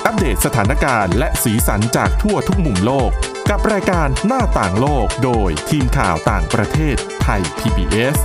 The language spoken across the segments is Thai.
อัปเดตสถานการณ์และสีสันจากทั่วทุกมุมโลกกับรายการหน้าต่างโลกโดยทีมข่าวต่างประเทศไทย PBS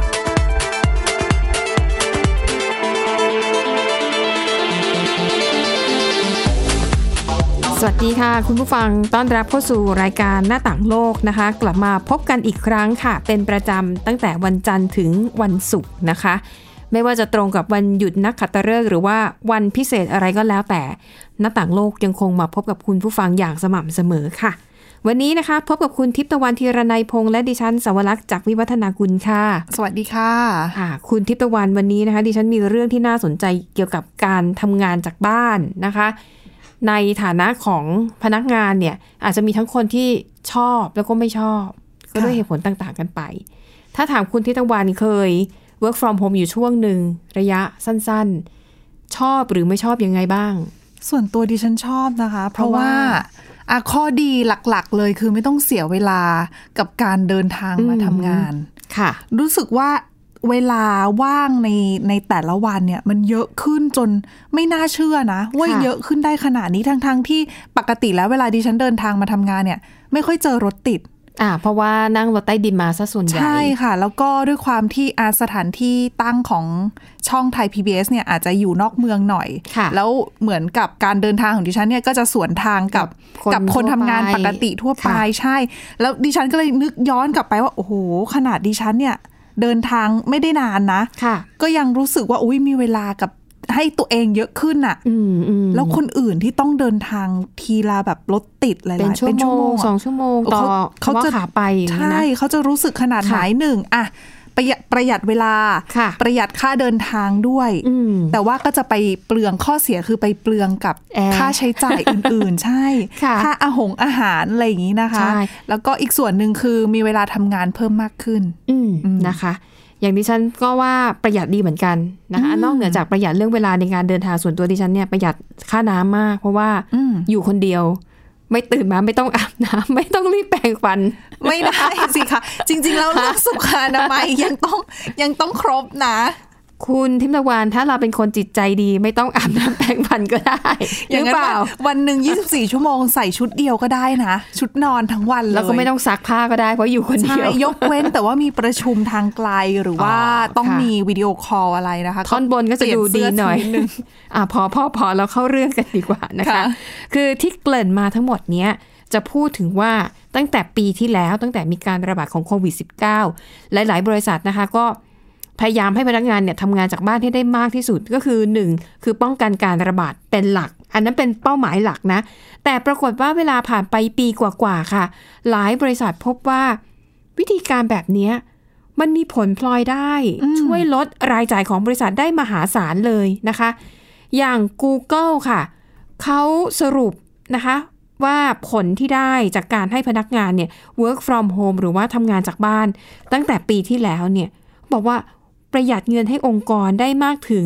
สวัสดีค่ะคุณผู้ฟังต้อนรับเข้าสู่รายการหน้าต่างโลกนะคะกลับมาพบกันอีกครั้งค่ะเป็นประจำตั้งแต่วันจันทร์ถึงวันศุกร์นะคะไม่ว่าจะตรงกับวันหยุดนักขัตฤกษ์หรือว่าวันพิเศษอะไรก็แล้วแต่หน้าต่างโลกยังคงมาพบกับคุณผู้ฟังอย่างสม่ำเสมอค่ะวันนี้นะคะพบกับคุณทิพย์ตะวันธีรนัยพงษ์และดิฉันสวรักษ์จากวิวัฒนากุลค่ะสวัสดีค่ะคุณทิพย์ตะวันวันนี้นะคะดิฉันมีเรื่องที่น่าสนใจเกี่ยวกับการทำงานจากบ้านนะคะในฐานะของพนักงานเนี่ยอาจจะมีทั้งคนที่ชอบแล้วก็ไม่ชอบก็ด้วยเหตุผลต่างๆกันไปถ้าถามคุณทิพย์ตะวันเคย work from home อยู่ช่วงหนึ่งระยะสั้นๆชอบหรือไม่ชอบยังไงบ้างส่วนตัวดิฉันชอบนะคะเพราะว่าข้อดีหลักๆเลยคือไม่ต้องเสียเวลากับการเดินทางมาทำงานค่ะรู้สึกว่าเวลาว่างในแต่ละวันเนี่ยมันเยอะขึ้นจนไม่น่าเชื่อนะว่าเยอะขึ้นได้ขนาดนี้ทั้งที่ปกติแล้วเวลาดิฉันเดินทางมาทำงานเนี่ยไม่ค่อยเจอรถติดเพราะว่านั่งรถใต้ดินมาซะส่วนใหญ่ใช่ค่ะแล้วก็ด้วยความที่สถานที่ตั้งของช่องไทย PBS เนี่ยอาจจะอยู่นอกเมืองหน่อยแล้วเหมือนกับการเดินทางของดิฉันเนี่ยก็จะสวนทางกับคนทำงานปกติทั่วไปใช่แล้วดิฉันก็เลยนึกย้อนกลับไปว่าโอ้โหขนาดดิฉันเนี่ยเดินทางไม่ได้นานนะก็ยังรู้สึกว่าอุ๊ยมีเวลากับให้ตัวเองเยอะขึ้นอ่ะแล้วคนอื่นที่ต้องเดินทางทีละแบบรถติดหลายๆเป็นชั่วโมง2 ชั่วโมงต่อเขาจะขาไปใช่เขาจะรู้สึกขนาดไหนหนึ่งอะประหยัดเวลาประหยัดค่าเดินทางด้วยแต่ว่าก็จะไปเปลืองข้อเสียคือไปเปลืองกับค่าใช้จ่ายอื่นๆใช่ค่าอาหารอะไรอย่างนี้นะคะแล้วก็อีกส่วนหนึ่งคือมีเวลาทำงานเพิ่มมากขึ้นนะคะอย่างดิฉันก็ว่าประหยัดดีเหมือนกันนะคะนอกเหนือจากประหยัดเรื่องเวลาในการเดินทางส่วนตัวดิฉันเนี่ยประหยัดค่าน้ำมากเพราะว่าอยู่คนเดียวไม่ตื่นมาไม่ต้องอาบน้ำไม่ต้องรีบแปรงฟันไม่ได้สิคะจริงๆแล้วเรื่องสุขอนามัยยังต้องครบนะคุณทิพย์ตะวันถ้าเราเป็นคนจิตใจดีไม่ต้องอาบน้ำแปรงฟันก็ได้หรือเปล่าวันหนึ่ง24 ชั่วโมงใส่ชุดเดียวก็ได้นะชุดนอนทั้งวันเลยแล้วก็ไม่ต้องซักผ้าก็ได้เพราะอยู่คนเดียวยกเว้นแต่ว่ามีประชุมทางไกลหรือว่าต้องมีวิดีโอคอลอะไรนะคะท่อนบนก็จะดูดีหน่อยพอแล้วเข้าเรื่องกันดีกว่านะคะคือที่เกริ่นมาทั้งหมดเนี้ยจะพูดถึงว่าตั้งแต่ปีที่แล้วตั้งแต่มีการระบาดของโควิด -19 หลายๆบริษัทนะคะก็พยายามให้พนักงานเนี่ยทำงานจากบ้านให้ได้มากที่สุดก็คือ1คือป้องกันการระบาดเป็นหลักอันนั้นเป็นเป้าหมายหลักนะแต่ปรากฏว่าเวลาผ่านไปปีกว่าๆค่ะหลายบริษัทพบว่าวิธีการแบบนี้มันมีผลพลอยได้ช่วยลดรายจ่ายของบริษัทได้มหาศาลเลยนะคะอย่าง Google ค่ะเขาสรุปนะคะว่าผลที่ได้จากการให้พนักงานเนี่ย work from home หรือว่าทำงานจากบ้านตั้งแต่ปีที่แล้วเนี่ยบอกว่าประหยัดเงินให้องค์กรได้มากถึง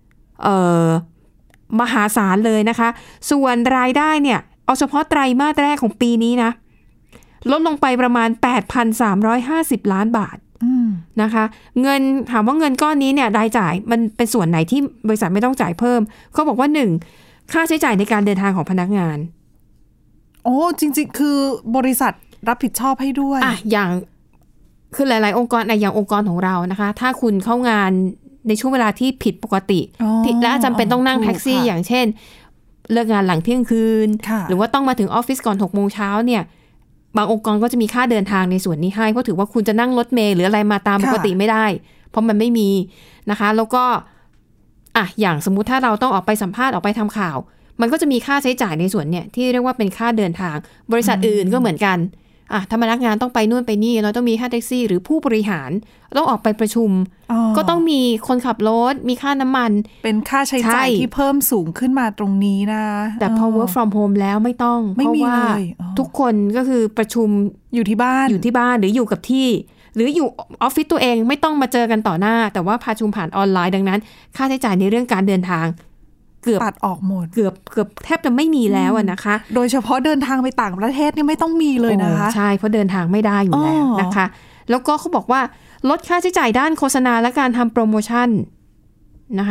มหาศาลเลยนะคะส่วนรายได้เนี่ยเอาเฉพาะไตรมาสแรกของปีนี้นะลดลงไปประมาณ 8,350 ล้านบาทนะคะเงินถามว่าเงินก้อนนี้เนี่ยรายจ่ายมันเป็นส่วนไหนที่บริษัทไม่ต้องจ่ายเพิ่มเขาบอกว่า1ค่าใช้จ่ายในการเดินทางของพนักงานโอ้จริงๆคือบริษัทรับผิดชอบให้ด้วยอย่างคือหลายๆองค์กรอย่างองค์กรของเรานะคะถ้าคุณเข้างานในช่วงเวลาที่ผิดปกติและจำเป็นต้องนั่งแท็กซี่อย่างเช่นเลิกงานหลังเที่ยงคืนหรือว่าต้องมาถึงออฟฟิศก่อน 6 โมงเช้าเนี่ยบางองค์กรก็จะมีค่าเดินทางในส่วนนี้ให้เพราะถือว่าคุณจะนั่งรถเมล์หรืออะไรมาตามปกติไม่ได้เพราะมันไม่มีนะคะแล้วก็อย่างสมมุติถ้าเราต้องออกไปสัมภาษณ์ออกไปทำข่าวมันก็จะมีค่าใช้จ่ายในส่วนเนี่ยที่เรียกว่าเป็นค่าเดินทางบริษัทอื่นก็เหมือนกันถ้าพนักงานต้องไปนู่นไปนี่เราต้องมีค่าแท็กซี่หรือผู้บริหารต้องออกไปประชุมก็ต้องมีคนขับรถมีค่าน้ำมันเป็นค่าใช้จ่ายที่เพิ่มสูงขึ้นมาตรงนี้นะแต่พอ work from home แล้วไม่ต้องเพราะว่าทุกคนก็คือประชุมอยู่ที่บ้านหรืออยู่กับที่หรืออยู่ออฟฟิศตัวเองไม่ต้องมาเจอกันต่อหน้าแต่ว่าประชุมผ่านออนไลน์ดังนั้นค่าใช้จ่ายในเรื่องการเดินทางเกือบตัดออกหมดเกือบแทบจะไม่มีแล้วนะคะโดยเฉพาะเดินทางไปต่างประเทศนี่ไม่ต้องมีเลยนะคะใช่เพราะเดินทางไม่ได้อยู่แล้วนะคะแล้วก็เขาบอกว่าลดค่าใช้จ่ายด้านโฆษณาและการทำโปรโมชั่นนะคะ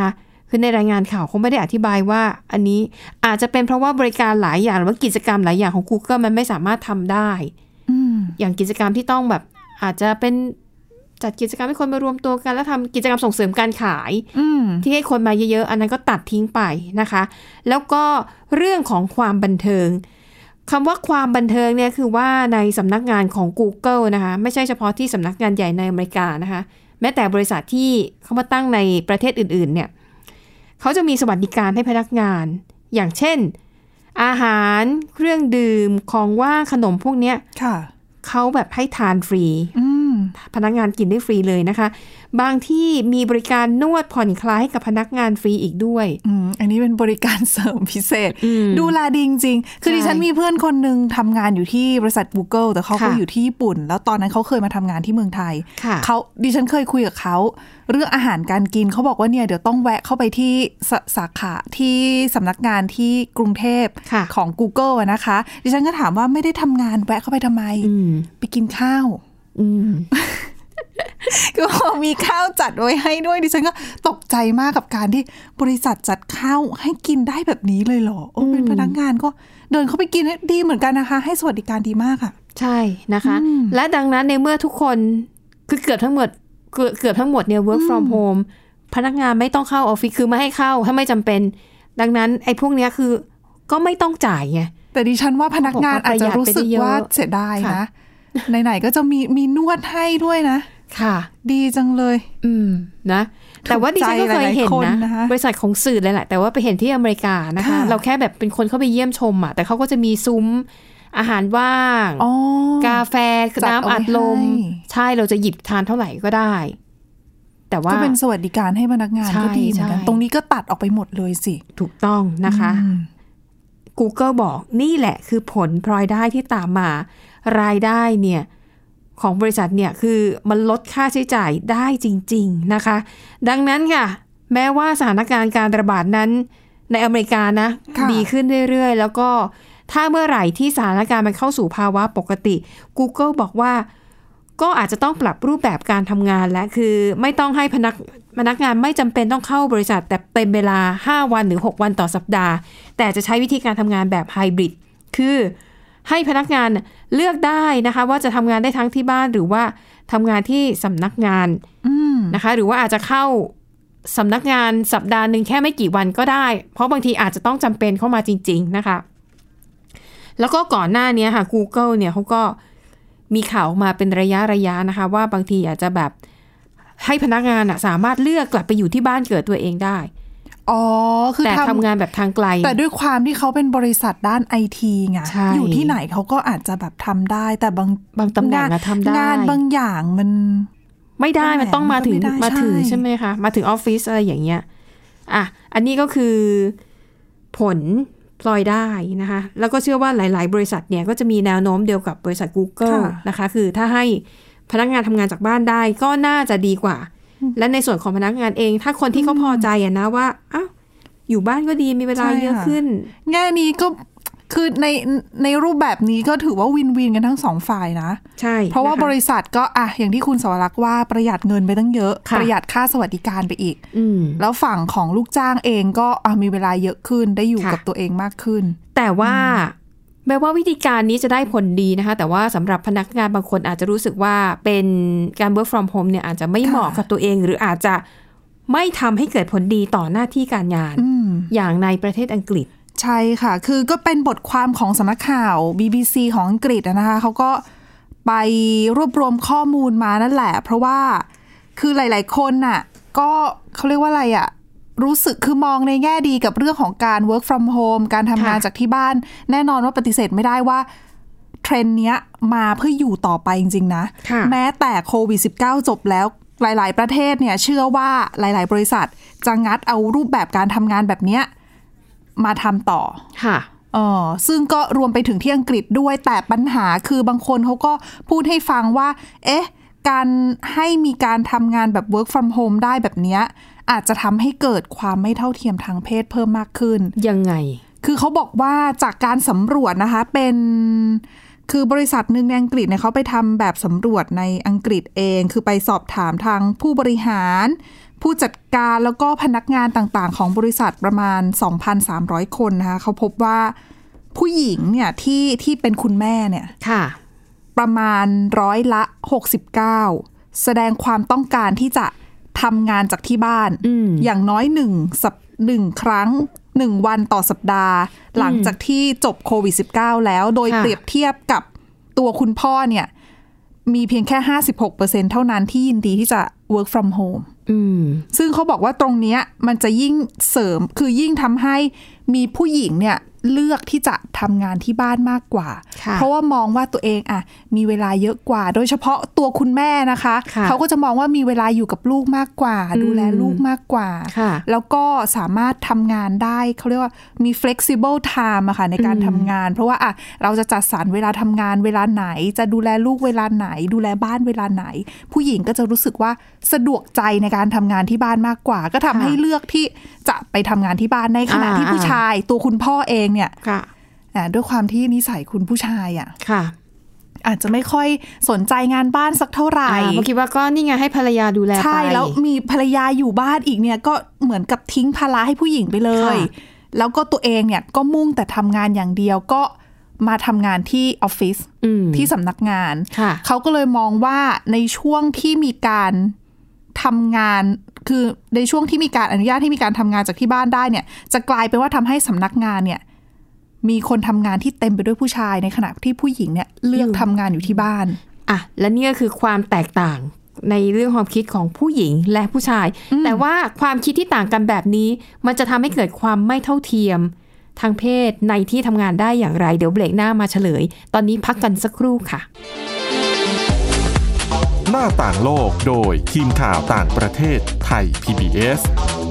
คือในรายงานข่าวเขาไม่ได้อธิบายว่าอันนี้อาจจะเป็นเพราะว่าบริการหลายอย่างหรือว่ากิจกรรมหลายอย่างของ Google มันไม่สามารถทำได้อย่างกิจกรรมที่ต้องแบบอาจจะเป็นจัดกิจกรรมให้คนมารวมตัวกันแล้วทำกิจกรรมส่งเสริมการขายที่ให้คนมาเยอะๆอันนั้นก็ตัดทิ้งไปนะคะแล้วก็เรื่องของความบันเทิงคำว่าความบันเทิงเนี่ยคือว่าในสำนักงานของ Google นะคะไม่ใช่เฉพาะที่สำนักงานใหญ่ในอเมริกานะคะแม้แต่บริษัทที่เขามาตั้งในประเทศอื่นๆเนี่ยเขาจะมีสวัสดิการให้พนักงานอย่างเช่นอาหารเครื่องดื่มของว่างขนมพวกเนี้ยเขาแบบให้ทานฟรีพนักงานกินได้ฟรีเลยนะคะบางที่มีบริการนวดผ่อนคลายให้กับพนักงานฟรีอีกด้วยอันนี้เป็นบริการเสริมพิเศษดูแลดีจริงๆคือดิฉันมีเพื่อนคนนึงทำงานอยู่ที่บริษัท Google แต่เขาก็อยู่ที่ญี่ปุ่นแล้วตอนนั้นเขาเคยมาทำงานที่เมืองไทยดิฉันเคยคุยกับเขาเรื่องอาหารการกินเขาบอกว่าเนี่ยเดี๋ยวต้องแวะเข้าไปที่สาขาที่สำนักงานที่กรุงเทพของ Google นะคะดิฉันก็ถามว่าไม่ได้ทำงานแวะเข้าไปทำไมไปกินข้าวก็มีข้าวจัดไว้ให้ด้วยดิฉันก็ตกใจมากกับการที่บริษัทจัดข้าวให้กินได้แบบนี้เลยเหรอเป็นพนักงานก็เดินเข้าไปกินดีเหมือนกันนะคะให้สวัสดิการดีมากอ่ะใช่นะคะและดังนั้นในเมื่อทุกคนคือเกือบทั้งหมดเนี่ย work from home พนักงานไม่ต้องเข้าออฟฟิศคือไม่ให้เข้าถ้าไม่จำเป็นดังนั้นไอ้พวกนี้คือก็ไม่ต้องจ่ายไงแต่ดิฉันว่าพนักงานอาจจะรู้สึกว่าเสียดายนะไหนๆก็จะมีนวดให้ด้วยนะค่ะดีจังเลยนะแต่ว่าดิฉันก็เคยเห็นนะบริษัทของสื่อเลยแหละแต่ว่าไปเห็นที่อเมริกานะคะเราแค่แบบเป็นคนเข้าไปเยี่ยมชมอ่ะแต่เขาก็จะมีซุ้มอาหารว่างกาแฟน้ำอัดลมใช่เราจะหยิบทานเท่าไหร่ก็ได้แต่ว่าก็เป็นสวัสดิการให้พนักงานก็ดีเหมือนกันตรงนี้ก็ตัดออกไปหมดเลยสิถูกต้องนะคะ Google บอกนี่แหละคือผลพลอยได้ที่ตามมารายได้เนี่ยของบริษัทเนี่ยคือมันลดค่าใช้จ่ายได้จริงๆนะคะดังนั้นค่ะแม้ว่าสถานการณ์การระบาดนั้นในอเมริกานะดีขึ้นเรื่อยๆแล้วก็ถ้าเมื่อไหร่ที่สถานการณ์มันเข้าสู่ภาวะปกติ Google บอกว่าก็อาจจะต้องปรับรูปแบบการทำงานและคือไม่ต้องให้พนักงานไม่จำเป็นต้องเข้าบริษัทแต่เต็มเวลา5วันหรือ6วันต่อสัปดาห์แต่จะใช้วิธีการทำงานแบบไฮบริดคือให้พนักงานเลือกได้นะคะว่าจะทำงานได้ทั้งที่บ้านหรือว่าทำงานที่สำนักงานนะคะหรือว่าอาจจะเข้าสำนักงานสัปดาห์นึงแค่ไม่กี่วันก็ได้เพราะบางทีอาจจะต้องจำเป็นเข้ามาจริงๆนะคะแล้วก็ก่อนหน้านี้ค่ะ Google เนี่ยเขาก็มีข่าวออกมาเป็นระยะนะคะว่าบางทีอาจจะแบบให้พนักงานสามารถเลือกกลับไปอยู่ที่บ้านเกิดตัวเองได้คือแต่ทำงานแบบทางไกลแต่ด้วยความที่เขาเป็นบริษัทด้านไอทีไงอยู่ที่ไหนเขาก็อาจจะแบบทำได้แต่บางตำแหน่งทำได้งานบางอย่างมันไม่ได้มันต้องมาถึงใช่ไหมคะมาถึงออฟฟิศอะไรอย่างเงี้ยอันนี้ก็คือผลพลอยได้นะคะแล้วก็เชื่อว่าหลายๆบริษัทเนี่ยก็จะมีแนวโน้มเดียวกับบริษัท Google นะคะคือถ้าให้พนักงานทำงานจากบ้านได้ก็น่าจะดีกว่าและในส่วนของพนักงานเองถ้าคนที่เขาพอใจนะว่าอยู่บ้านก็ดีมีเวลาเยอะขึ้นแง่นี้ก็คือในรูปแบบนี้ก็ถือว่าวินวินกันทั้งสองฝ่ายนะใช่เพราะว่าบริษัทก็อย่างที่คุณสวรักษ์ว่าประหยัดเงินไปตั้งเยอะประหยัดค่าสวัสดิการไปอีกแล้วฝั่งของลูกจ้างเองก็มีเวลาเยอะขึ้นได้อยู่กับตัวเองมากขึ้นแต่ว่าแม้ว่าวิธีการนี้จะได้ผลดีนะคะแต่ว่าสำหรับพนักงานบางคนอาจจะรู้สึกว่าเป็นการ work from home เนี่ยอาจจะไม่เหมาะกับตัวเองหรืออาจจะไม่ทำให้เกิดผลดีต่อหน้าที่การงานอย่างในประเทศอังกฤษใช่ค่ะคือก็เป็นบทความของสำนักข่าว BBC ของอังกฤษนะคะเขาก็ไปรวบรวมข้อมูลมานั่นแหละเพราะว่าคือหลายๆคนน่ะก็เขาเรียกว่าอะไรรู้สึกคือมองในแง่ดีกับเรื่องของการ work from home การทำงานจากที่บ้านแน่นอนว่าปฏิเสธไม่ได้ว่าเทรนด์เนี้ยมาเพื่ออยู่ต่อไปจริงๆนะแม้แต่โควิด -19 จบแล้วหลายๆประเทศเนี่ยเชื่อว่าหลายๆบริษัทจะงัดเอารูปแบบการทำงานแบบเนี้ยมาทำต่อค่ะซึ่งก็รวมไปถึงที่อังกฤษด้วยแต่ปัญหาคือบางคนเขาก็พูดให้ฟังว่าการให้มีการทำงานแบบ work from home ได้แบบเนี้ยอาจจะทำให้เกิดความไม่เท่าเทียมทางเพศเพิ่มมากขึ้นยังไงคือเขาบอกว่าจากการสำรวจนะคะคือบริษัทหนึ่งในอังกฤษเนี่ยเขาไปทำแบบสำรวจในอังกฤษเองคือไปสอบถามทางผู้บริหารผู้จัดการแล้วก็พนักงานต่างๆของบริษัทประมาณ 2,300 คนนะคะเขาพบว่าผู้หญิงเนี่ยที่เป็นคุณแม่เนี่ยประมาณ69%แสดงความต้องการที่จะทำงานจากที่บ้านอย่างน้อย1ครั้ง1วันต่อสัปดาห์หลังจากที่จบโควิด -19 แล้วโดยเปรียบเทียบกับตัวคุณพ่อเนี่ยมีเพียงแค่ 56% เท่านั้นที่ยินดีที่จะ work from home ซึ่งเขาบอกว่าตรงนี้มันจะยิ่งเสริมคือยิ่งทำให้มีผู้หญิงเนี่ยเลือกที่จะทำงานที่บ้านมากกว่าเพราะว่ามองว่าตัวเองมีเวลาเยอะกว่าโดยเฉพาะตัวคุณแม่นะคะเขาก็จะมองว่ามีเวลาอยู่กับลูกมากกว่าดูแลลูกมากกว่าแล้วก็สามารถทำงานได้เขาเรียกว่ามี flexible time อะค่ะในการทำงานเพราะว่าเราจะจัดสรรเวลาทำงานเวลาไหนจะดูแลลูกเวลาไหนดูแลบ้านเวลาไหนผู้หญิงก็จะรู้สึกว่าสะดวกใจในการทำงานที่บ้านมากกว่าก็ทำให้เลือกที่จะไปทำงานที่บ้านในขณะที่ผู้ชายตัวคุณพ่อเองเนี่ยด้วยความที่นิสัยคุณผู้ชายอาจจะไม่ค่อยสนใจงานบ้านสักเท่าไหร่เขาคิดว่าก็นี่ไงให้ภรรยาดูแลไปใช่แล้วมีภรรยาอยู่บ้านอีกเนี่ยก็เหมือนกับทิ้งภาระให้ผู้หญิงไปเลยแล้วก็ตัวเองเนี่ยก็มุ่งแต่ทำงานอย่างเดียวก็มาทำงานที่ออฟฟิศที่สำนักงานเขาก็เลยมองว่าในช่วงที่มีการทำงานคือในช่วงที่มีการอนุญาตให้มีการทำงานจากที่บ้านได้เนี่ยจะกลายเป็นว่าทำให้สำนักงานเนี่ยมีคนทำงานที่เต็มไปด้วยผู้ชายในขณะที่ผู้หญิงเนี่ยเลือกทำงานอยู่ที่บ้านและนี่ก็คือความแตกต่างในเรื่องความคิดของผู้หญิงและผู้ชายแต่ว่าความคิดที่ต่างกันแบบนี้มันจะทำให้เกิดความไม่เท่าเทียมทางเพศในที่ทำงานได้อย่างไรเดี๋ยวเบรกหน้ามาเฉลยตอนนี้พักกันสักครู่ค่ะหน้าต่างโลกโดยทีมข่าวต่างประเทศไทย PBS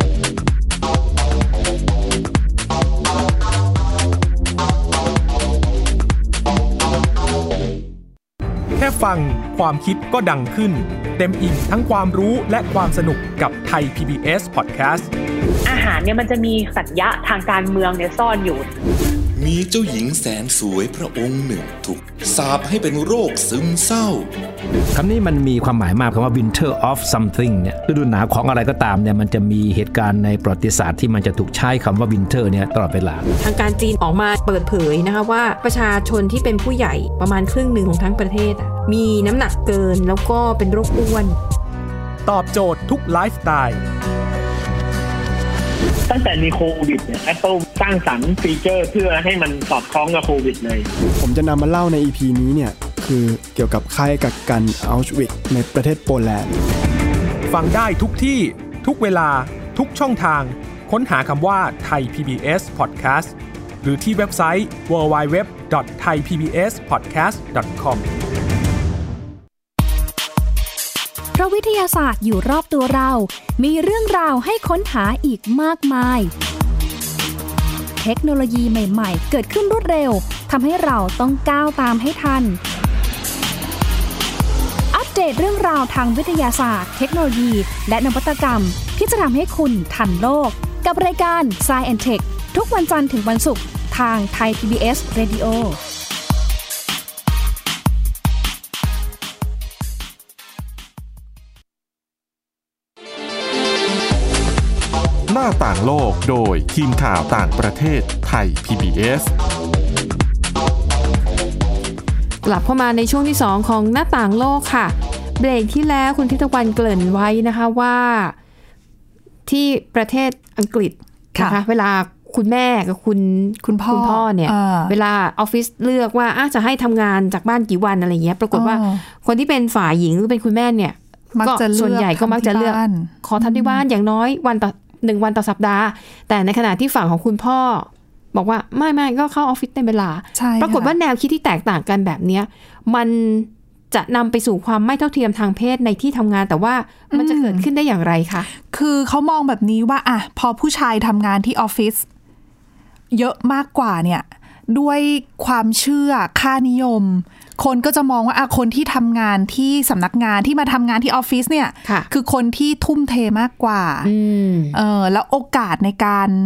แค่ฟังความคิดก็ดังขึ้นเต็มอิ่มทั้งความรู้และความสนุกกับไทย PBS Podcast อาหารเนี่ยมันจะมีสัญญะทางการเมืองเนี่ยซ่อนอยู่มีเจ้าหญิงแสนสวยพระองค์หนึ่งถูกสาปให้เป็นโรคซึมเศร้าคำนี้มันมีความหมายมากคำว่า winter of something เนี่ยฤดูหนาวของอะไรก็ตามเนี่ยมันจะมีเหตุการณ์ในประวัติศาสตร์ที่มันจะถูกใช้คำว่า winter เนี่ยตลอดเวลาทางการจีนออกมาเปิดเผยนะคะว่าประชาชนที่เป็นผู้ใหญ่ประมาณครึ่งหนึ่งของทั้งประเทศมีน้ำหนักเกินแล้วก็เป็นโรคอ้วนตอบโจทย์ทุกไลฟ์สไตล์ตั้งแต่มีโควิดเนี่ย Apple สร้างสรรค์ฟีเจอร์เพื่อให้มันสอดคล้องกับโควิดเลยผมจะนำมาเล่าใน EP นี้เนี่ยคือเกี่ยวกับค่ายกักกันอัลชวิกในประเทศโปแลนด์ฟังได้ทุกที่ทุกเวลาทุกช่องทางค้นหาคำว่าไทย PBS Podcast หรือที่เว็บไซต์ www.thaipbspodcast.com เพราะวิทยาศาสตร์อยู่รอบตัวเรามีเรื่องราวให้ค้นหาอีกมากมายเทคโนโลยีใหม่ๆเกิดขึ้นรวดเร็วทำให้เราต้องก้าวตามให้ทันอัปเดตเรื่องราวทางวิทยาศาสตร์เทคโนโลยีและนวัตกรรมที่จะทำให้คุณทันโลกกับรายการ Science and Tech ทุกวันจันทร์ถึงวันศุกร์ทางไทย PBS Radio หน้าต่างโลกโดยทีมข่าวต่างประเทศไทย PBS กลับเข้ามาในช่วงที่2ของหน้าต่างโลกค่ะเบรกที่แล้วคุณทิพวรรณเกริ่นไว้นะคะว่าที่ประเทศอังกฤษนะคะเวลาคุณแม่กับคุณพ่อเนี่ยเวลาออฟฟิศเลือกว่าจะให้ทำงานจากบ้านกี่วันอะไรเงี้ยปรากฏว่าคนที่เป็นฝ่ายหญิงหรือเป็นคุณแม่เนี่ยก็ส่วนใหญ่ก็มักจะเลือกขอทำที่บ้านอย่างน้อย1 วันต่อสัปดาห์แต่ในขณะที่ฝั่งของคุณพ่อบอกว่าไม่ก็เข้าออฟฟิศเต็มเวลาปรากฏว่าแนวคิดที่แตกต่างกันแบบนี้มันจะนำไปสู่ความไม่เท่าเทียมทางเพศในที่ทำงานแต่ว่ามันจะเกิดขึ้นได้อย่างไรคะคือเขามองแบบนี้ว่าพอผู้ชายทำงานที่ออฟฟิศเยอะมากกว่าเนี่ยด้วยความเชื่อค่านิยมคนก็จะมองว่าคนที่ทำงานที่สำนักงานที่มาทำงานที่ออฟฟิศเนี่ยคือคนที่ทุ่มเทมากกว่าแล้วโอกาสในการ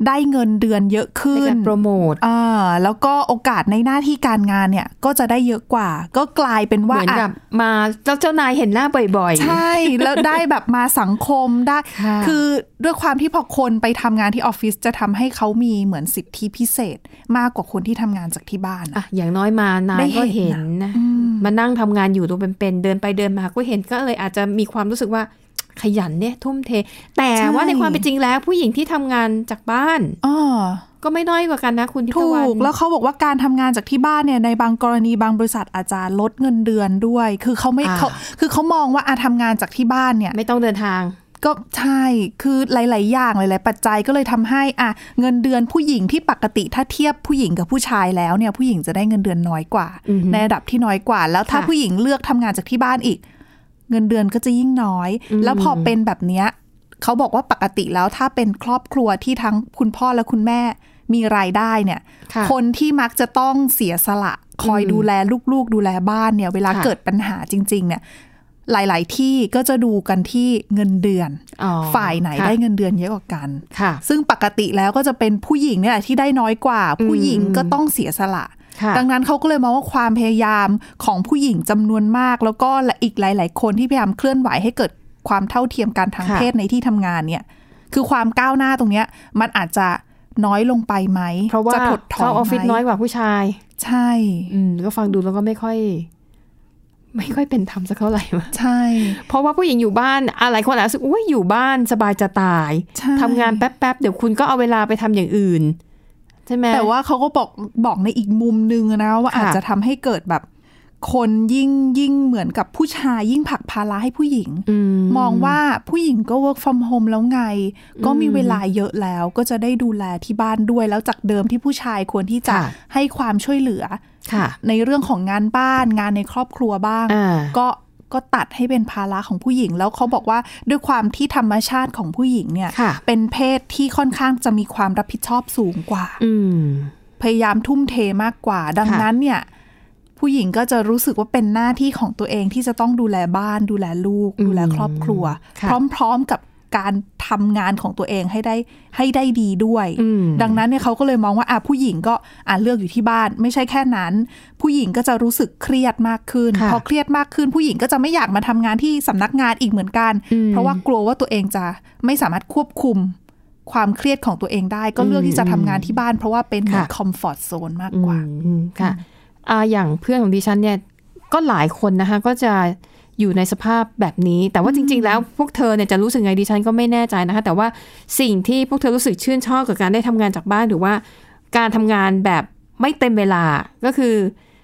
ได้เงินเดือนเยอะขึ้นโปรโมทแล้วก็โอกาสในหน้าที่การงานเนี่ยก็จะได้เยอะกว่าก็กลายเป็นว่าเหมือนกับมาเจ้านายเห็นหน้าบ่อยๆใช่แล้วได้แบบมาสังคมได้คือด้วยความที่พอคนไปทำงานที่ออฟฟิศจะทำให้เขามีเหมือนสิทธิพิเศษมากกว่าคนที่ทำงานจากที่บ้านอย่างน้อยมานายก็เห็นนะมานั่งทำงานอยู่ตัวเป็นๆเดินไปเดินมาก็เห็นก็เลยอาจจะมีความรู้สึกว่าขยันเนี่ยทุ่มเทแต่ว่าในความเป็นจริงแล้วผู้หญิงที่ทำงานจากบ้านก็ไม่น้อยกว่ากันนะคุณทิพวรรณถูกแล้วเขาบอกว่าการทำงานจากที่บ้านเนี่ยในบางกรณีบางบริษัทอาจจะลดเงินเดือนด้วยคือเขาไม่คือเขามองว่าทำงานจากที่บ้านเนี่ยไม่ต้องเดินทางก็ใช่คือหลายๆอย่างหลายๆปัจจัยก็เลยทำให้เงินเดือนผู้หญิงที่ปกติถ้าเทียบผู้หญิงกับผู้ชายแล้วเนี่ยผู้หญิงจะได้เงินเดือนน้อยกว่าในระดับที่น้อยกว่าแล้วถ้าผู้หญิงเลือกทำงานจากที่บ้านอีกเงินเดือนก็จะยิ่งน้อยแล้วพอเป็นแบบเนี้ยเขาบอกว่าปกติแล้วถ้าเป็นครอบครัวที่ทั้งคุณพ่อและคุณแม่มีรายได้เนี่ยคนที่มักจะต้องเสียสละคอยดูแลลูกๆดูแลบ้านเนี่ยเวลาเกิดปัญหาจริงๆเนี่ยหลายๆที่ก็จะดูกันที่เงินเดือนฝ่ายไหนได้เงินเดือนเยอะกว่ากันซึ่งปกติแล้วก็จะเป็นผู้หญิงเนี่ยที่ได้น้อยกว่าผู้หญิงก็ต้องเสียสละดังนั้นเขาก็เลยมองว่าความพยายามของผู้หญิงจำนวนมากแล้วก็อีกหลายๆคนที่พยายามเคลื่อนไหวให้เกิดความเท่าเทียมกันทางเพศในที่ทำงานเนี่ยคือความก้าวหน้าตรงนี้มันอาจจะน้อยลงไปไหมเพราะว่าเข้าออฟฟิศน้อยกว่าผู้ชายใช่ก็ฟังดูแล้วก็ไม่ค่อยเป็นธรรมสักเท่าไหร่ใช่เพราะว่าผู้หญิงอยู่บ้านหลายคนอาจจะรู้สึกว่าอยู่บ้านสบายจะตายทำงานแป๊บๆเดี๋ยวคุณก็เอาเวลาไปทำอย่างอื่นใช่ไหมแต่ว่าเขาก็บอกในอีกมุมนึงนะว่าอาจจะทำให้เกิดแบบคนยิ่งเหมือนกับผู้ชายยิ่งผลักภาระให้ผู้หญิงมองว่าผู้หญิงก็ work from home แล้วไงก็มีเวลาเยอะแล้วก็จะได้ดูแลที่บ้านด้วยแล้วจากเดิมที่ผู้ชายควรที่จะให้ความช่วยเหลือในเรื่องของงานบ้านงานในครอบครัวบ้างก็ตัดให้เป็นภาระของผู้หญิงแล้วเขาบอกว่าด้วยความที่ธรรมชาติของผู้หญิงเนี่ยเป็นเพศที่ค่อนข้างจะมีความรับผิดชอบสูงกว่าพยายามทุ่มเทมากกว่าดังนั้นเนี่ยผู้หญิงก็จะรู้สึกว่าเป็นหน้าที่ของตัวเองที่จะต้องดูแลบ้านดูแลลูกดูแลครอบครัวพร้อมๆกับการทำงานของตัวเองให้ได้ดีด้วยดังนั้นเนี่ยเขาก็เลยมองว่าผู้หญิงก็เลือกอยู่ที่บ้านไม่ใช่แค่นั้นผู้หญิงก็จะรู้สึกเครียดมากขึ้นพอเครียดมากขึ้นผู้หญิงก็จะไม่อยากมาทำงานที่สำนักงานอีกเหมือนกันเพราะว่ากลัวว่าตัวเองจะไม่สามารถควบคุมความเครียดของตัวเองได้ก็เลือกที่จะทำงานที่บ้านเพราะว่าเป็นคอมฟอร์ตโซนมากกว่าค่ะอย่างเพื่อนของดิฉันเนี่ยก็หลายคนนะคะก็จะอยู่ในสภาพแบบนี้แต่ว่าจริงๆแล้วพวกเธอเนี่ยจะรู้สึกไงดิฉันก็ไม่แน่ใจนะคะแต่ว่าสิ่งที่พวกเธอรู้สึกชื่นชอบกับการได้ทำงานจากบ้านหรือว่าการทำงานแบบไม่เต็มเวลาก็คือ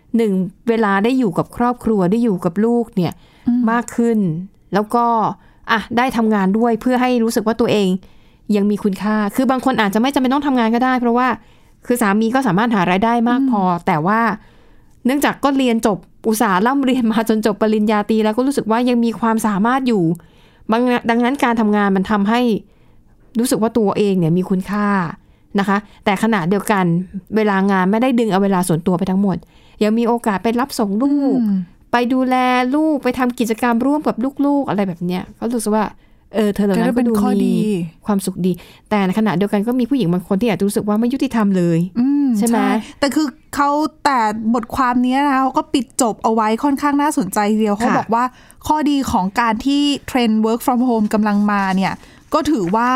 1เวลาได้อยู่กับครอบครัวได้อยู่กับลูกเนี่ยมากขึ้นแล้วก็ได้ทำงานด้วยเพื่อให้รู้สึกว่าตัวเองยังมีคุณค่าคือบางคนอาจจะไม่จำเป็นต้องทำงานก็ได้เพราะว่าคือสามีก็สามารถหารายได้มากพอแต่ว่าเนื่องจากก็เรียนจบอุตสาห์ร่ำเรียนมาจนจบปริญญาตรีแล้วก็รู้สึกว่ายังมีความสามารถอยู่ดังนั้นการทำงานมันทำให้รู้สึกว่าตัวเองเนี่ยมีคุณค่านะคะแต่ขณะเดียวกันเวลางานไม่ได้ดึงเอาเวลาส่วนตัวไปทั้งหมดยังมีโอกาสไปรับส่งลูกไปดูแลลูกไปทำกิจกรรมร่วมกับลูกๆอะไรแบบเนี้ยก็รู้สึกว่าเธอเหล่านั้นก็ดูมีความสุขดีแต่ในขณะเดียวกันก็มีผู้หญิงบางคนที่อาจจะรู้สึกว่าไม่ยุติธรรมเลยใช่ไหมแต่คือแต่บทความนี้นะเขาก็ปิดจบเอาไว้ค่อนข้างน่าสนใจเดียวเขาบอกว่าข้อดีของการที่เทรนด์ work from home กำลังมาเนี่ยก็ถือว่า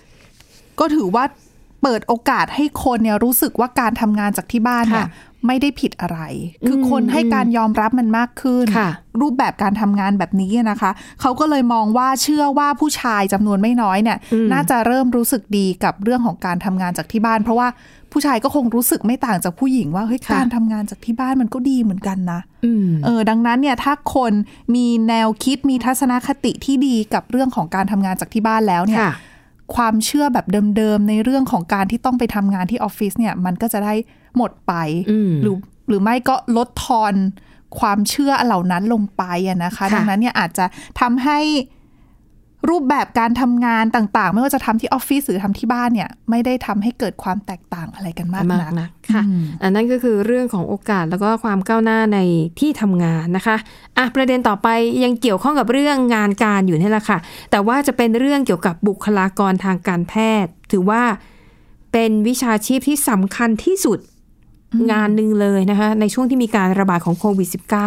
เปิดโอกาสให้คนเนี่ยรู้สึกว่าการทำงานจากที่บ้านเนี่ยไม่ได้ผิดอะไรคือคนให้การยอมรับมันมากขึ้นรูปแบบการทำงานแบบนี้นะคะเขาก็เลยมองว่าเชื่อว่าผู้ชายจำนวนไม่น้อยเนี่ยน่าจะเริ่มรู้สึกดีกับเรื่องของการทำงานจากที่บ้านเพราะว่าผู้ชายก็คงรู้สึกไม่ต่างจากผู้หญิงว่าเฮ้ยการทำงานจากที่บ้านมันก็ดีเหมือนกันนะดังนั้นเนี่ยถ้าคนมีแนวคิดมีทัศนคติที่ดีกับเรื่องของการทำงานจากที่บ้านแล้วเนี่ยความเชื่อแบบเดิมๆในเรื่องของการที่ต้องไปทำงานที่ออฟฟิศเนี่ยมันก็จะได้หมดไปหรือไม่ก็ลดทอนความเชื่อเหล่านั้นลงไปนะคะดังนั้นเนี่ยอาจจะทำให้รูปแบบการทำงานต่างๆไม่ว่าจะทำที่ออฟฟิศหรือทำที่บ้านเนี่ยไม่ได้ทำให้เกิดความแตกต่างอะไรกันมากนักค่ะอันนั้นก็คือเรื่องของโอกาสแล้วก็ความก้าวหน้าในที่ทำงานนะคะประเด็นต่อไปยังเกี่ยวข้องกับเรื่องงานการอยู่นี่แหละค่ะแต่ว่าจะเป็นเรื่องเกี่ยวกับบุคลากรทางการแพทย์ถือว่าเป็นวิชาชีพที่สำคัญที่สุดงานหนึ่งเลยนะคะในช่วงที่มีการระบาดของโควิด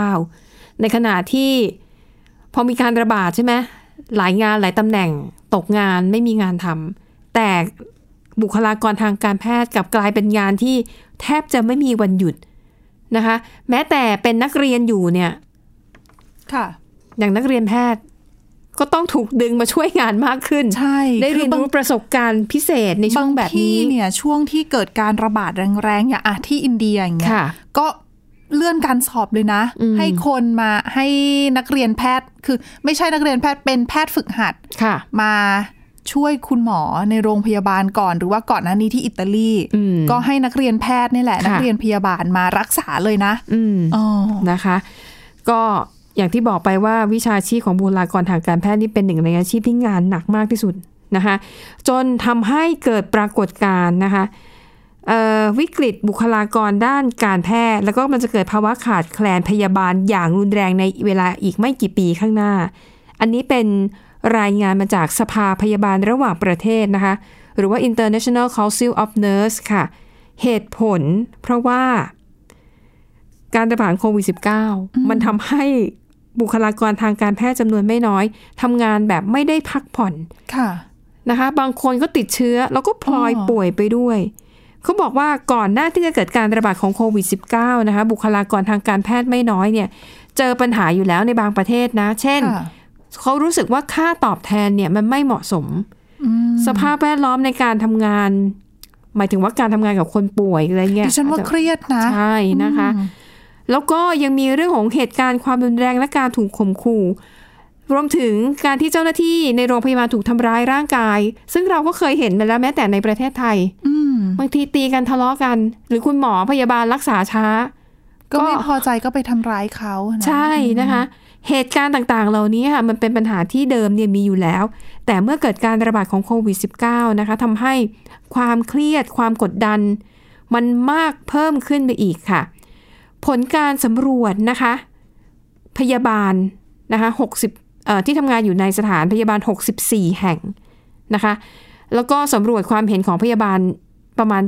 -19 ในขณะที่พอมีการระบาดใช่ไหมหลายงานหลายตำแหน่งตกงานไม่มีงานทำแต่บุคลากรทางการแพทย์กลับกลายเป็นงานที่แทบจะไม่มีวันหยุดนะคะแม้แต่เป็นนักเรียนอยู่เนี่ยค่ะอย่างนักเรียนแพทย์ก็ต้องถูกดึงมาช่วยงานมากขึ้นใช่ได้เรียนรู้ประสบการณ์พิเศษในช่วงแบบนี้เนี่ยช่วงที่เกิดการระบาดแรงๆอย่างที่อินเดียอย่างเงี้ยก็เลื่อนการสอบเลยนะให้คนมาให้นักเรียนแพทย์คือไม่ใช่นักเรียนแพทย์เป็นแพทย์ฝึกหัดมาช่วยคุณหมอในโรงพยาบาลก่อนหรือว่าก่อนหน้านี้ที่อิตาลีก็ให้นักเรียนแพทย์นี่แหละนักเรียนพยาบาลมารักษาเลยนะนะคะก็อย่างที่บอกไปว่าวิชาชีพของบุคลากรทางการแพทย์นี่เป็นหนึ่งในอาชีพที่งานหนักมากที่สุดนะคะจนทำให้เกิดปรากฏการณ์นะคะวิกฤตบุคลากรด้านการแพทย์แล้วก็มันจะเกิดภาวะขาดแคลนพยาบาลอย่างรุนแรงในเวลาอีกไม่กี่ปีข้างหน้าอันนี้เป็นรายงานมาจากสภาพยาบาลระหว่างประเทศนะคะหรือว่า International Council of Nurse ค่ะเหตุผลเพราะว่าการระบาดโควิด -19 มันทำให้บุคลากรทางการแพทย์จำนวนไม่น้อยทำงานแบบไม่ได้พักผ่อนนะคะบางคนก็ติดเชื้อแล้วก็พลอยป่วยไปด้วยเขาบอกว่าก่อนหน้าที่จะเกิดการระบาดของโควิด -19 นะคะบุคลากรทางการแพทย์ไม่น้อยเนี่ยเจอปัญหาอยู่แล้วในบางประเทศนะเช่นเขารู้สึกว่าค่าตอบแทนเนี่ยมันไม่เหมาะสมสภาพแวดล้อมในการทำงานหมายถึงว่าการทำงานกับคนป่วยอะไรเงี้ยดิฉันว่าเครียดนะใช่นะคะแล้วก็ยังมีเรื่องของเหตุการณ์ความรุนแรงและการถูกข่มขู่รวมถึงการที่เจ้าหน้าที่ในโรงพยาบาลถูกทำร้ายร่างกายซึ่งเราก็เคยเห็นมาแล้วแม้แต่ในประเทศไทยบางทีตีกันทะเลาะกันหรือคุณหมอพยาบาลรักษาช้าก็ไม่พอใจก็ไปทำร้ายเขาใช่นะคะเหตุการณ์ต่างๆเหล่านี้ค่ะมันเป็นปัญหาที่เดิมเนี่ยมีอยู่แล้วแต่เมื่อเกิดการระบาดของโควิด -19 นะคะทำให้ความเครียดความกดดันมันมากเพิ่มขึ้นไปอีกค่ะผลการสำรวจนะคะพยาบาลนะคะที่ทำงานอยู่ในสถานพยาบาล64แห่งนะคะแล้วก็สำรวจความเห็นของพยาบาลประมาณ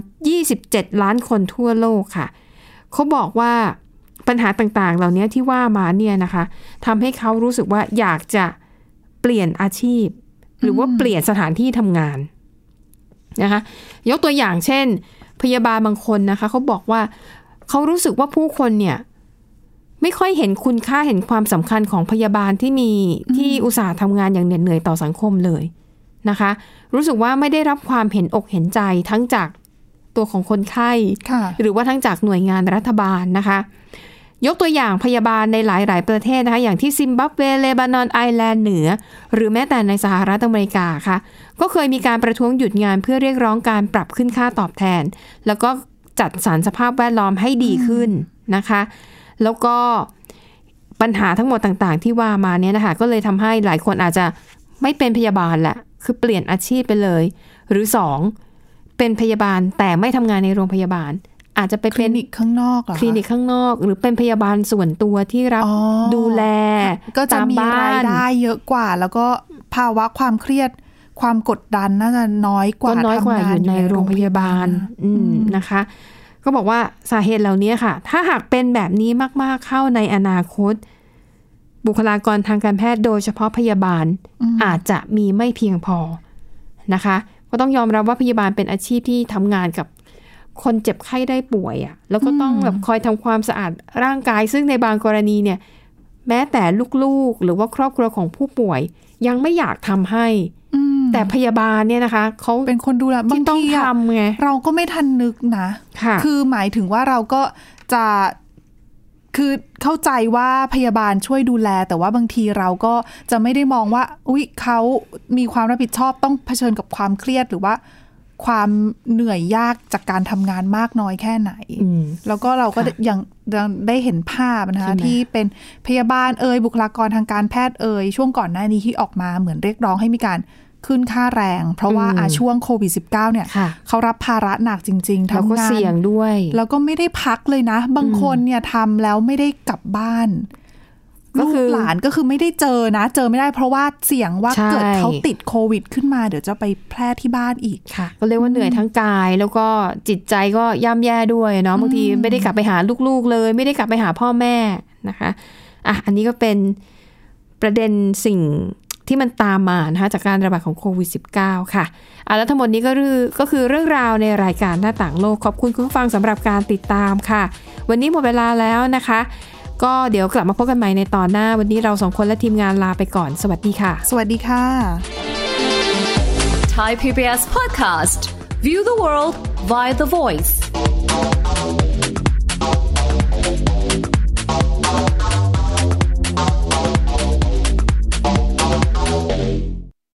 27ล้านคนทั่วโลกค่ะเขาบอกว่าปัญหาต่างๆเหล่านี้ที่ว่ามาเนี่ยนะคะทำให้เขารู้สึกว่าอยากจะเปลี่ยนอาชีพหรือว่าเปลี่ยนสถานที่ทำงานนะคะยกตัวอย่างเช่นพยาบาลบางคนนะคะเขาบอกว่าเขารู้สึกว่าผู้คนเนี่ยไม่ค่อยเห็นคุณค่าเห็นความสำคัญของพยาบาลที่อุตส่าห์ทำงานอย่างเหน็ดเหนื่อยต่อสังคมเลยนะคะรู้สึกว่าไม่ได้รับความเห็นอกเห็นใจทั้งจากตัวของคนไข้หรือว่าทั้งจากหน่วยงานรัฐบาลนะคะยกตัวอย่างพยาบาลในหลายๆประเทศนะคะอย่างที่ซิมบับเวเลบานอนไอร์แลนด์เหนือหรือแม้แต่ในสหรัฐอเมริกาค่ะก็เคยมีการประท้วงหยุดงานเพื่อเรียกร้องการปรับขึ้นค่าตอบแทนแล้วก็จัดสรรสภาพแวดล้อมให้ดีขึ้นนะคะแล้วก็ปัญหาทั้งหมดต่างๆที่ว่ามาเนี่ยนะคะก็เลยทำให้หลายคนอาจจะไม่เป็นพยาบาลแหละคือเปลี่ยนอาชีพไปเลยหรือ2เป็นพยาบาลแต่ไม่ทำงานในโรงพยาบาลอาจจะไปเป็นคลินิกข้างนอกคลินิกข้างนอกหรือเป็นพยาบาลส่วนตัวที่รับดูแลก็จะมีรายได้เยอะกว่าแล้วก็ภาวะความเครียดความกดดันน่าจะน้อยกว่าทำงานอยู่ในโรงพยาบาลนะคะก็บอกว่าสาเหตุเหล่านี้ค่ะถ้าหากเป็นแบบนี้มากๆเข้าในอนาคตบุคลากรทางการแพทย์โดยเฉพาะพยาบาลอาจจะมีไม่เพียงพอนะคะก็ต้องยอมรับว่าพยาบาลเป็นอาชีพที่ทำงานกับคนเจ็บไข้ได้ป่วยอ่ะแล้วก็ต้องแบบคอยทำความสะอาดร่างกายซึ่งในบางกรณีเนี่ยแม้แต่ลูกๆหรือว่าครอบครัวของผู้ป่วยยังไม่อยากทำให้แต่พยาบาลเนี่ยนะคะเขาเป็นคนดูแลบางทีไงเราก็ไม่ทันนึกนะคือหมายถึงว่าเราก็จะคือเข้าใจว่าพยาบาลช่วยดูแลแต่ว่าบางทีเราก็จะไม่ได้มองว่าอุ๊ยเขามีความรับผิดชอบต้องเผชิญกับความเครียดหรือว่าความเหนื่อยยากจากการทำงานมากน้อยแค่ไหนแล้วก็เราก็ยังได้เห็นภาพนะคะที่เป็นพยาบาลบุคลากรทางการแพทย์ช่วงก่อนหน้านี้ที่ออกมาเหมือนเรียกร้องให้มีการขึ้นค่าแรงเพราะว่าช่วงโควิด -19 เนี่ยเขารับภาระหนักจริงๆทำงานเสี่ยงด้วยแล้วก็ไม่ได้พักเลยนะบางคนเนี่ยทำแล้วไม่ได้กลับบ้านลูกหลานก็คือไม่ได้เจอนะเจอไม่ได้เพราะว่าเสี่ยงว่าเกิดเขาติดโควิดขึ้นมาเดี๋ยวจะไปแพร่ที่บ้านอีกค่ะก็เรียกว่าเหนื่อยทั้งกายแล้วก็จิตใจก็ย่ำแย่ด้วยเนาะบางทีไม่ได้กลับไปหาลูกๆเลยไม่ได้กลับไปหาพ่อแม่นะคะอันนี้ก็เป็นประเด็นสิ่งที่มันตามมานะคะจากการระบาดของโควิด -19 ค่ะแล้วทั้งหมดนี้ก็คือเรื่องราวในรายการหน้าต่างโลกขอบคุณคุณผู้ฟังสำหรับการติดตามค่ะวันนี้หมดเวลาแล้วนะคะก็เดี๋ยวกลับมาพบกันใหม่ในตอนหน้าวันนี้เราสองคนและทีมงานลาไปก่อนสวัสดีค่ะสวัสดีค่ะ Thai PBS Podcast View the world via the voice